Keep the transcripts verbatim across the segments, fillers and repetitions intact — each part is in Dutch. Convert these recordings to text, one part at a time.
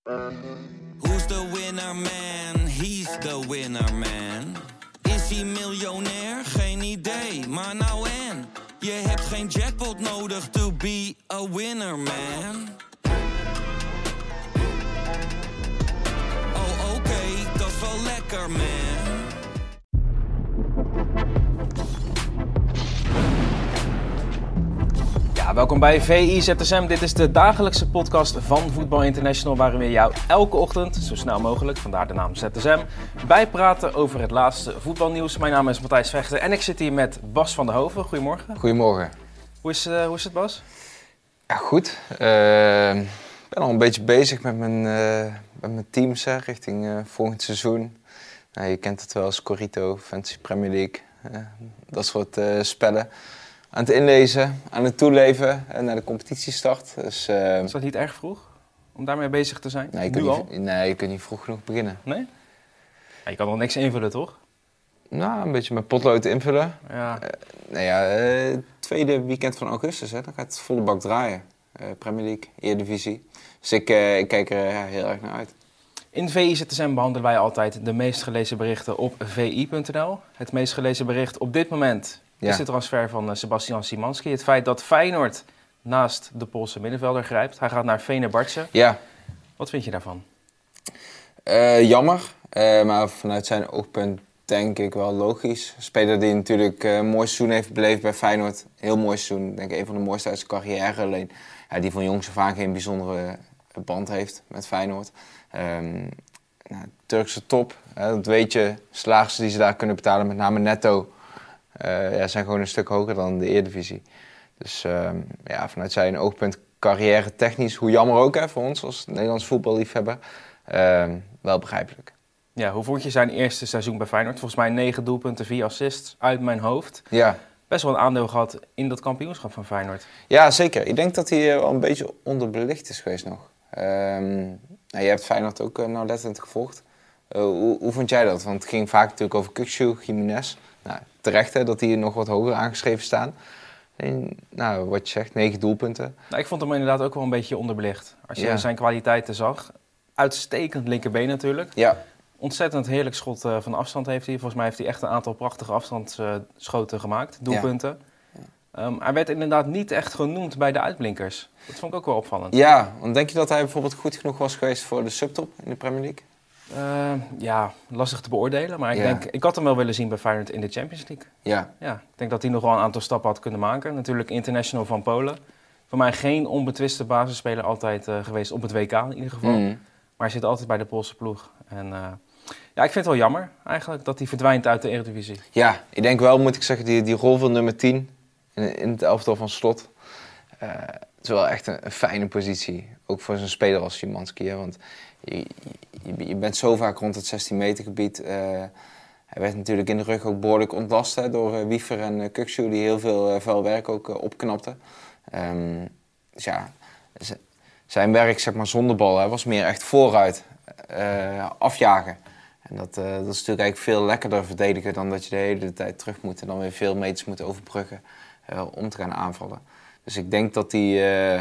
Who's the winner man? He's the winner man. Is hij miljonair? Geen idee, maar nou en. Je hebt geen jackpot nodig to be a winner man. Oh oké, okay, dat is wel lekker man. Ja, welkom bij V I Z S M. Dit is de dagelijkse podcast van Voetbal International, waarin we jou elke ochtend, zo snel mogelijk, vandaar de naam Z S M, bijpraten over het laatste voetbalnieuws. Mijn naam is Matthijs Vechten en ik zit hier met Bas van der Hoven. Goedemorgen. Goedemorgen. Hoe is, uh, hoe is het, Bas? Ja, goed. Ik uh, ben al een beetje bezig met mijn, uh, met mijn teams hè, richting uh, volgend seizoen. Nou, je kent het wel, Scorito, Fantasy Premier League, uh, dat soort uh, spellen. Aan het inlezen, aan het toeleven uh, naar de competitiestart. Dus, uh, is dat niet erg vroeg om daarmee bezig te zijn? Nee, je, nu kunt al? Niet, nee, je kunt niet vroeg genoeg beginnen. Nee? Ja, je kan nog niks invullen, toch? Nou, een beetje met potlood invullen. Ja. Uh, nou ja, uh, tweede weekend van augustus, hè, dan gaat het volle bak draaien. Uh, Premier League, Eredivisie. Dus ik, uh, ik kijk er uh, heel erg naar uit. In V I Z S M behandelen wij altijd de meest gelezen berichten op v i punt n l. Het meest gelezen bericht op dit moment ja. is de transfer van uh, Sebastian Szymanski. Het feit dat Feyenoord naast de Poolse middenvelder grijpt. Hij gaat naar Fenerbahce. Ja. Wat vind je daarvan? Uh, jammer, uh, maar vanuit zijn oogpunt denk ik wel logisch. Een speler die natuurlijk uh, een mooi seizoen heeft beleefd bij Feyenoord. Heel mooi seizoen, denk ik een van de mooiste uit zijn carrière. Alleen ja, die van jongs af aan geen bijzondere band heeft met Feyenoord. Um, nou, Turkse top, hè, dat weet je. Salarissen die ze daar kunnen betalen, met name netto, uh, ja, zijn gewoon een stuk hoger dan de Eredivisie. Dus um, ja, vanuit zijn oogpunt carrière technisch, hoe jammer ook hè, voor ons als Nederlands voetballiefhebber, um, wel begrijpelijk. Ja, hoe vond je zijn eerste seizoen bij Feyenoord? Volgens mij negen doelpunten, vier assists uit mijn hoofd. Ja. Best wel een aandeel gehad in dat kampioenschap van Feyenoord. Ja, zeker. Ik denk dat hij wel een beetje onderbelicht is geweest nog. Um, nou, je hebt Feyenoord ook uh, nauwlettend gevolgd. Uh, hoe, hoe vond jij dat? Want het ging vaak natuurlijk over Kukçu, Gimenez. Nou, terecht hè, dat die nog wat hoger aangeschreven staan. En, nou, wat je zegt, negen doelpunten. Nou, ik vond hem inderdaad ook wel een beetje onderbelicht. Als je ja. zijn kwaliteiten zag. Uitstekend linkerbeen natuurlijk. Ja. Ontzettend heerlijk schot uh, van afstand heeft hij. Volgens mij heeft hij echt een aantal prachtige afstandsschoten uh, gemaakt. Doelpunten. Ja. Ja. Um, hij werd inderdaad niet echt genoemd bij de uitblinkers. Dat vond ik ook wel opvallend. Ja, want denk je dat hij bijvoorbeeld goed genoeg was geweest voor de subtop in de Premier League? Uh, ja, lastig te beoordelen. Maar ik, ja. denk, ik had hem wel willen zien bij Feyenoord in de Champions League. Ja. Ja, ik denk dat hij nog wel een aantal stappen had kunnen maken. Natuurlijk international van Polen. Voor mij geen onbetwiste basisspeler altijd uh, geweest op het W K in ieder geval. Mm. Maar hij zit altijd bij de Poolse ploeg. En uh, ja, ik vind het wel jammer eigenlijk dat hij verdwijnt uit de Eredivisie. Ja, ik denk wel, moet ik zeggen, die, die rol van nummer tien in, in het elftal van Slot. Uh, het is wel echt een, een fijne positie. Ook voor zo'n speler als Szymanski. Hè? Want je, je, je bent zo vaak rond het zestien meter gebied. Uh, hij werd natuurlijk in de rug ook behoorlijk ontlast hè, door uh, Wiever en uh, Kukçu, die heel veel uh, vuil werk ook uh, opknapten. Um, dus ja, z- zijn werk zeg maar, zonder bal hè, was meer echt vooruit uh, afjagen. En dat, uh, dat is natuurlijk eigenlijk veel lekkerder verdedigen dan dat je de hele tijd terug moet en dan weer veel meters moet overbruggen uh, om te gaan aanvallen. Dus ik denk dat hij, uh,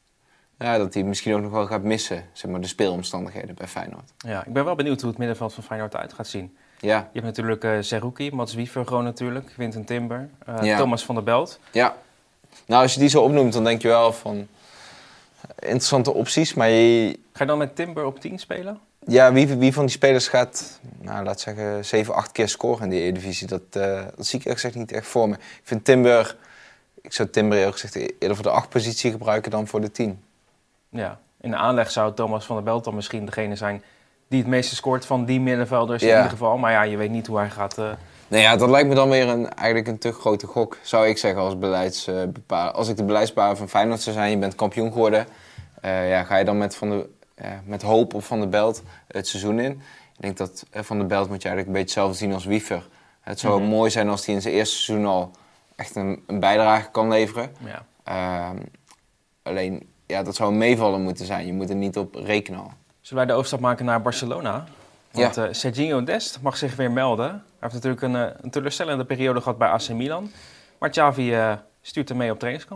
ja, dat hij misschien ook nog wel gaat missen, zeg maar, de speelomstandigheden bij Feyenoord. Ja, ik ben wel benieuwd hoe het middenveld van Feyenoord eruit gaat zien. Ja. Je hebt natuurlijk uh, Zerouki, Mats Wiever gewoon natuurlijk, Quinten Timber, uh, ja. Thomas van der Belt. Ja, nou als je die zo opnoemt, dan denk je wel van interessante opties, maar je... Ga je dan met Timber op tien spelen? Ja, wie, wie van die spelers gaat, nou, laat zeggen, zeven, acht keer scoren in die Eredivisie, dat, uh, dat zie ik eerlijk gezegd niet echt voor me. Ik vind Timber... Ik zou Timber eerlijk gezegd eerder voor de acht positie gebruiken dan voor de tien. Ja, in de aanleg zou Thomas van der Belt dan misschien degene zijn die het meeste scoort van die middenvelders ja. in ieder geval. Maar ja, je weet niet hoe hij gaat... Uh... Nou ja, dat lijkt me dan weer een, eigenlijk een te grote gok, zou ik zeggen als beleidsbepaler. Als ik de beleidsbepaler van Feyenoord zou zijn, je bent kampioen geworden. Uh, ja, ga je dan met, van de, ja, met hoop op Van der Belt het seizoen in? Ik denk dat uh, Van der Belt moet je eigenlijk een beetje hetzelfde zien als Wiever. Het zou mm-hmm. mooi zijn als hij in zijn eerste seizoen al echt een, een bijdrage kan leveren. Ja. Uh, alleen, ja, dat zou een meevallen moeten zijn. Je moet er niet op rekenen al. Zullen wij de overstap maken naar Barcelona? Want ja. uh, Serginho Dest mag zich weer melden. Hij heeft natuurlijk een, uh, een teleurstellende periode gehad bij A C Milan. Maar Xavi uh, stuurt hem mee op trainingskamp.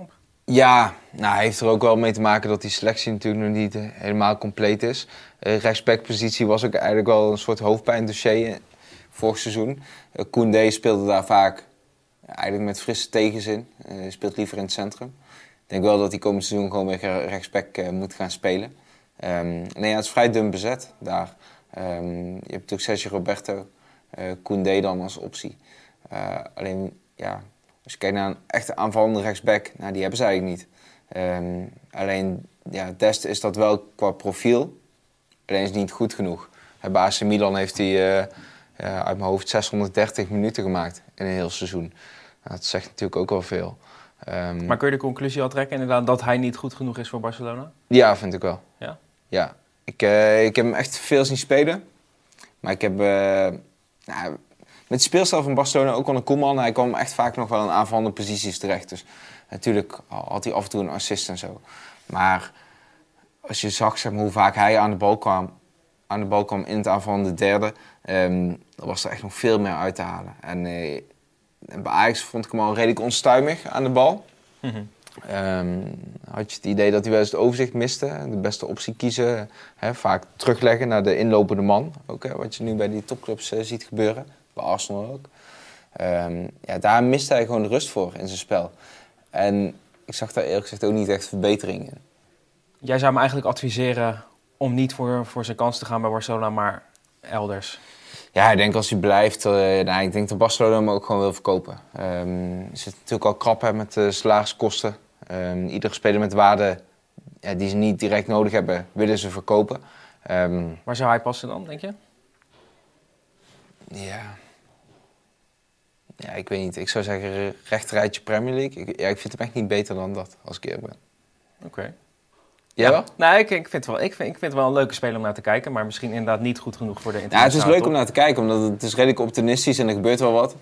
Ja, nou, hij heeft er ook wel mee te maken dat die selectie natuurlijk nog niet uh, helemaal compleet is. Uh, rechtsbackpositie was ook eigenlijk wel een soort hoofdpijndossier uh, vorig seizoen. Uh, Koundé speelde daar vaak uh, eigenlijk met frisse tegenzin. Hij uh, speelt liever in het centrum. Ik denk wel dat hij komend seizoen gewoon weer rechtsback uh, moet gaan spelen. Um, nee, ja, het is vrij dun bezet daar. Um, je hebt natuurlijk Sergio Roberto, uh, Koundé dan als optie. Uh, alleen, ja... Als je kijkt naar een echte aanvallende rechtsback, nou, die hebben ze eigenlijk niet. Um, alleen, ja, Dest is dat wel qua profiel. Alleen is het niet goed genoeg. Bij A C Milan heeft hij uh, uh, uit mijn hoofd zeshonderddertig minuten gemaakt in een heel seizoen. Nou, dat zegt natuurlijk ook wel veel. Um, maar kun je de conclusie al trekken inderdaad dat hij niet goed genoeg is voor Barcelona? Ja, vind ik wel. Ja? Ja. Ik, uh, ik heb hem echt veel zien spelen. Maar ik heb... Uh, nou, met de speelstijl van Barcelona ook wel een Koeman. Hij kwam echt vaak nog wel in aanvallende posities terecht. Dus natuurlijk had hij af en toe een assist en zo. Maar als je zag, zeg maar, hoe vaak hij aan de bal kwam, aan de bal kwam in het aanvallende derde, um, dan was er echt nog veel meer uit te halen. En, uh, en bij Ajax vond ik hem al redelijk onstuimig aan de bal. Mm-hmm. Um, had je het idee dat hij wel eens het overzicht miste. De beste optie kiezen. Hè, vaak terugleggen naar de inlopende man. Ook, hè, wat je nu bij die topclubs uh, ziet gebeuren. Bij Arsenal ook. Um, ja, daar miste hij gewoon de rust voor in zijn spel. En ik zag daar eerlijk gezegd ook niet echt verbetering in. Jij zou hem eigenlijk adviseren om niet voor, voor zijn kans te gaan bij Barcelona, maar elders? Ja, ik denk als hij blijft... Uh, nou, ik denk dat Barcelona hem ook gewoon wil verkopen. Um, er zit natuurlijk al krap hè, met de salariskosten. Um, iedere speler met waarde ja, die ze niet direct nodig hebben, willen ze verkopen. Um, Waar zou hij passen dan, denk je? Ja... Ja, ik weet niet. Ik zou zeggen rechterrijtje Premier League. Ik, ja, ik vind hem echt niet beter dan dat, als ik eerlijk ben. Oké. Okay. Ja, wel? Nee, ik, ik, vind het wel, ik, vind, ik vind het wel een leuke speler om naar te kijken, maar misschien inderdaad niet goed genoeg voor de internationale Ja, het is leuk top. om naar te kijken, omdat het is redelijk optimistisch en er gebeurt wel wat.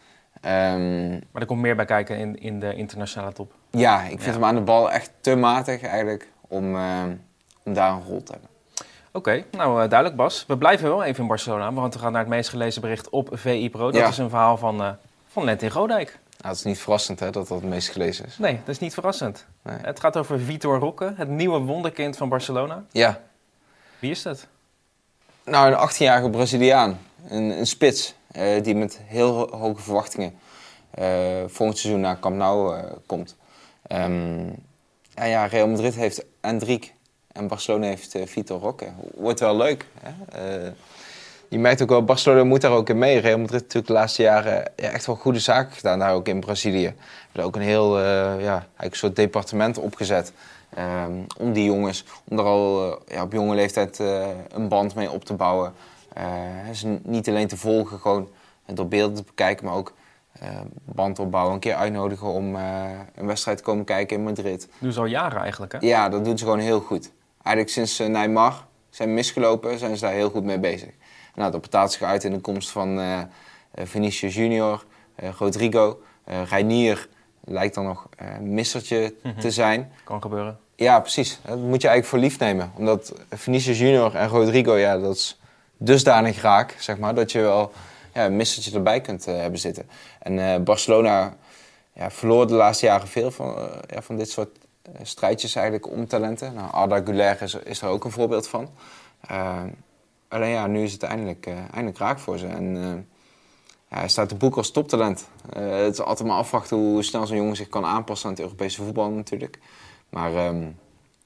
Um, maar er komt meer bij kijken in, in de internationale top. Ja, ik vind ja. hem aan de bal echt te matig eigenlijk om, uh, om daar een rol te hebben. Oké, okay, nou uh, duidelijk Bas. We blijven wel even in Barcelona, want we gaan naar het meest gelezen bericht op V I Pro. Dat ja. is een verhaal van, uh, van Lentin Godijk. Nou, het is niet verrassend hè, dat dat het meest gelezen is. Nee, dat is niet verrassend. Nee. Het gaat over Vitor Roque, het nieuwe wonderkind van Barcelona. Ja. Wie is dat? Nou, een achttienjarige Braziliaan. Een, een spits uh, die met heel hoge verwachtingen uh, volgend seizoen naar Camp Nou uh, komt. Um, ja, ja, Real Madrid heeft Endrick en Barcelona heeft uh, Vitor Roque. Wordt wel leuk. Hè? Uh, je merkt ook wel, Barcelona moet daar ook in mee. Real Madrid natuurlijk de laatste jaren ja, echt wel goede zaken gedaan, daar ook in Brazilië. We hebben ook een heel, uh, ja, eigenlijk een soort departement opgezet. Um, om die jongens, om er al uh, ja, op jonge leeftijd uh, een band mee op te bouwen. Uh, ze niet alleen te volgen, gewoon door beelden te bekijken, maar ook uh, band opbouwen. Een keer uitnodigen om uh, een wedstrijd te komen kijken in Madrid. Dat doen ze al jaren eigenlijk, hè? Ja, dat doen ze gewoon heel goed. Eigenlijk sinds uh, Neymar zijn misgelopen, zijn ze daar heel goed mee bezig. Nou, dat betaalt zich uit in de komst van uh, Vinicius Junior, uh, Rodrigo, uh, Reinier. Lijkt dan nog een uh, missertje mm-hmm. te zijn. Kan gebeuren. Ja, precies. Dat moet je eigenlijk voor lief nemen. Omdat Vinicius Junior en Rodrigo, ja, dat is dusdanig raak, zeg maar, dat je wel ja, een missertje erbij kunt uh, hebben zitten. En uh, Barcelona ja, verloor de laatste jaren veel van, uh, ja, van dit soort uh, strijdjes eigenlijk om talenten. Nou, Arda Güler is, is er ook een voorbeeld van. Uh, alleen ja, nu is het eindelijk, uh, eindelijk raak voor ze. En, uh, Ja, hij staat te boek als toptalent. Uh, het is altijd maar afwachten hoe snel zo'n jongen zich kan aanpassen aan het Europese voetbal natuurlijk. Maar um,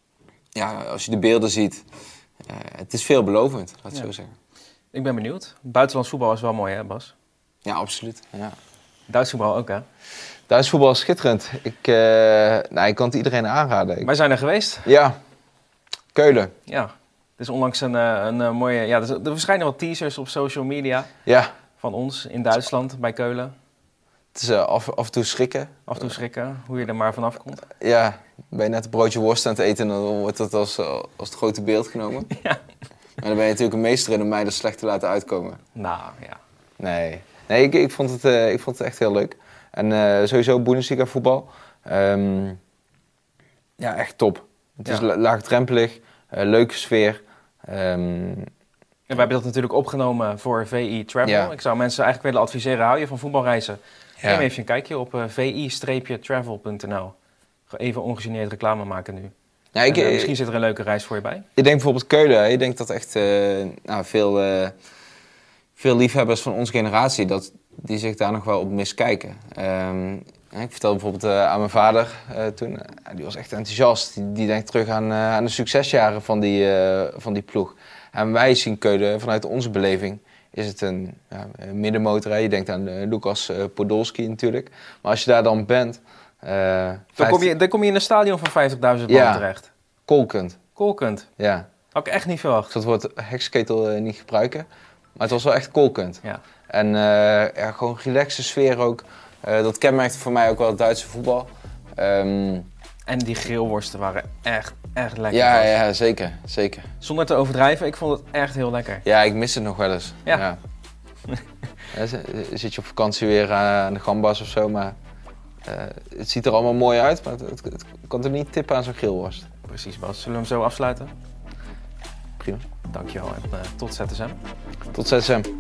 ja, als je de beelden ziet, uh, het is veelbelovend, laat ik ja. zo zeggen. Ik ben benieuwd. Buitenlands voetbal is wel mooi, hè Bas? Ja, absoluut. Ja. Duits voetbal ook, hè? Duits voetbal is schitterend. Ik, uh, nou, ik kan het iedereen aanraden. Ik... Wij zijn er geweest. Ja, Keulen. Ja, het is onlangs een, een, een mooie... Ja, er verschijnen wat teasers op social media. Ja. Van ons in Duitsland, bij Keulen. Het is uh, af, af en toe schrikken. Af en toe schrikken, hoe je er maar vanaf komt. Ja, ben je net een broodje worst aan het eten en dan wordt dat als, als het grote beeld genomen. Ja. Maar dan ben je natuurlijk een meester in om mij er slecht te laten uitkomen. Nou, ja. Nee, nee ik, ik, vond het, uh, ik vond het echt heel leuk. En uh, sowieso Bundesliga voetbal. Um, ja, echt top. Het ja. is la- laagdrempelig, uh, leuke sfeer. Um, En we hebben dat natuurlijk opgenomen voor V I Travel. Ja. Ik zou mensen eigenlijk willen adviseren, hou je van voetbalreizen? Ja. Neem even een kijkje op uh, v i travel punt n l. even ongegeneerd reclame maken nu. Ja, ik, en, uh, misschien zit er een leuke reis voor je bij. Ik denk bijvoorbeeld Keulen. Ik denk dat echt uh, nou, veel, uh, veel liefhebbers van onze generatie, dat die zich daar nog wel op miskijken. Um, ik vertelde bijvoorbeeld uh, aan mijn vader uh, toen. Uh, die was echt enthousiast. Die, die denkt terug aan, uh, aan de succesjaren van die, uh, van die ploeg. En wij zien Keulen vanuit onze beleving. Is het een, ja, een middenmotor. Hè? Je denkt aan uh, Lucas uh, Podolski natuurlijk. Maar als je daar dan bent... Uh, dan, kom je, dan kom je in een stadion van vijftigduizend man ja, terecht. Kolkend. Kolkend. Ja. Had ik echt niet verwacht. Ik zal het woord heksketel uh, niet gebruiken. Maar het was wel echt kolkend. Ja. En uh, ja, gewoon relaxe sfeer ook. Uh, dat kenmerkte voor mij ook wel het Duitse voetbal. Um, en die grillworsten waren echt, echt lekker. Ja, ja, zeker, zeker. Zonder te overdrijven, ik vond het echt heel lekker. Ja, ik mis het nog wel eens. Ja. Ja. Ja, zit je op vakantie weer aan de gambas of zo, maar uh, het ziet er allemaal mooi uit, maar het, het, het kan er niet tippen aan zo'n grillworst. Precies, Bas. Zullen we hem zo afsluiten? Prima. Dankjewel en uh, tot Z S M. Tot Z S M.